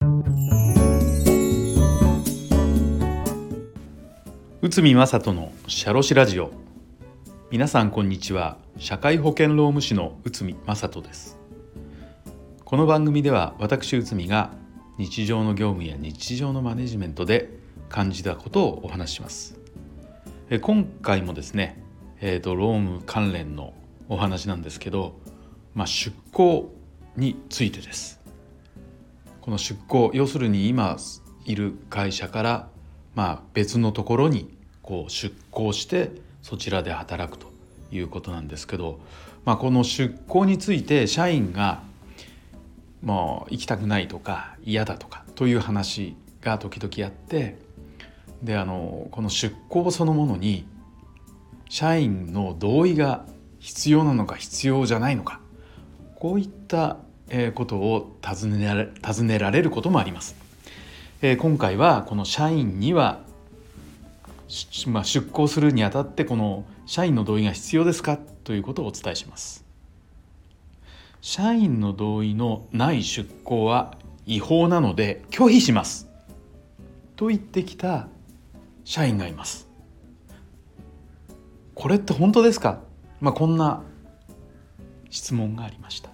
内海正人のシャロシラジオ。皆さんこんにちは。社会保険労務士の内海正人です。この番組では私内海が日常の業務や日常のマネジメントで感じたことをお話しします。今回もですね、労務関連のお話なんですけど、出向についてです。この出向、要するに今いる会社から別のところに出向してそちらで働くということなんですけど、この出向について社員がもう行きたくないとか嫌だとかという話が時々あって、でこの出向そのものに社員の同意が必要なのか必要じゃないのか、こういったことを尋ねられることもあります。今回はこの社員には出向するにあたってこの社員の同意が必要ですかということをお伝えします。社員の同意のない出向は違法なので拒否しますと言ってきた社員がいます。これって本当ですか？こんな質問がありました。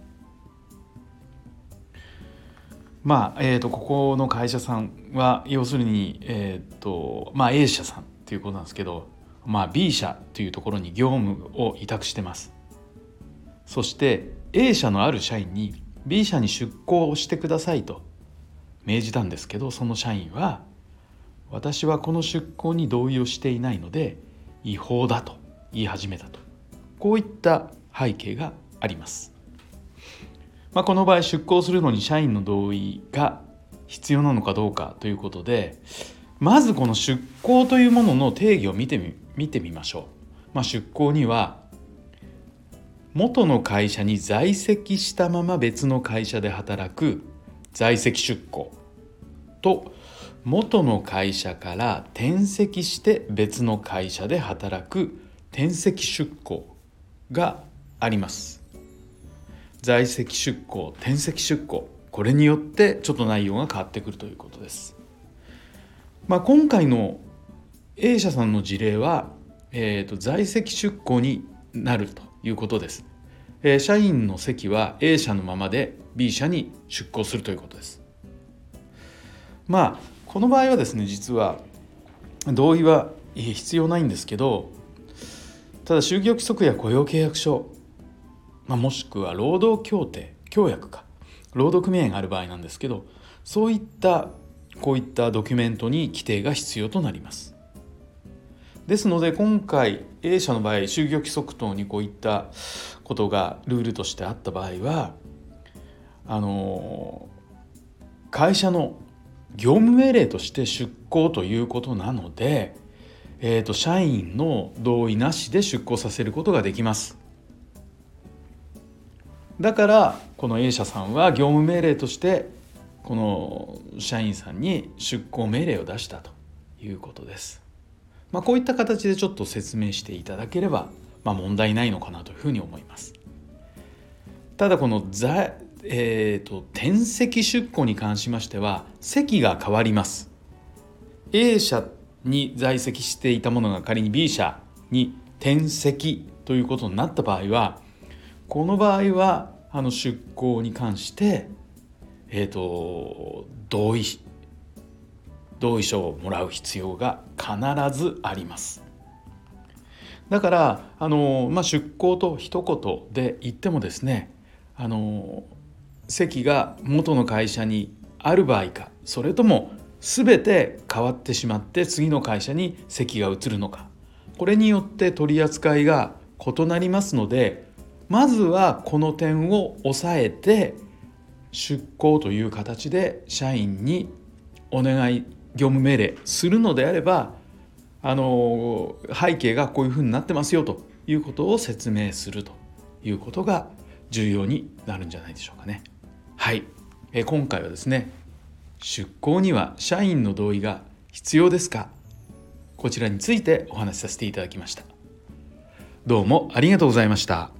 ここの会社さんは要するに、A 社さんということなんですけど、B 社というところに業務を委託してます。そして A 社のある社員に B 社に出向をしてくださいと命じたんですけど、その社員は私はこの出向に同意をしていないので違法だと言い始めたと、こういった背景があります。この場合出向するのに社員の同意が必要なのかどうかということで、まずこの出向というものの定義を見てみましょう。出向には元の会社に在籍したまま別の会社で働く在籍出向と、元の会社から転籍して別の会社で働く転籍出向があります。在籍出向、転籍出向、これによってちょっと内容が変わってくるということです。今回の A 社さんの事例は、在籍出向になるということです。社員の籍は A 社のままで B 社に出向するということです。この場合はですね、実は同意は必要ないんですけど、ただ就業規則や雇用契約書、もしくは労働協約労働組合がある場合なんですけど、こういったドキュメントに規定が必要となります。ですので今回 A 社の場合、就業規則等にこういったことがルールとしてあった場合は、会社の業務命令として出向ということなので、社員の同意なしで出向させることができます。だからこの A 社さんは業務命令としてこの社員さんに出向命令を出したということです。こういった形でちょっと説明していただければ、問題ないのかなというふうに思います。ただこの転籍出向に関しましては籍が変わります。 A 社に在籍していたものが仮に B 社に転籍ということになった場合は、この場合は出向に関して同意書をもらう必要が必ずあります。だから出向と一言で言ってもですね、籍が元の会社にある場合か、それとも全て変わってしまって次の会社に籍が移るのか、これによって取り扱いが異なりますので、まずはこの点を押さえて出向という形で社員にお願い、業務命令するのであれば、背景がこういうふうになってますよということを説明するということが重要になるんじゃないでしょうかね。はい、今回はですね、出向には社員の同意が必要ですか、こちらについてお話しさせていただきました。どうもありがとうございました。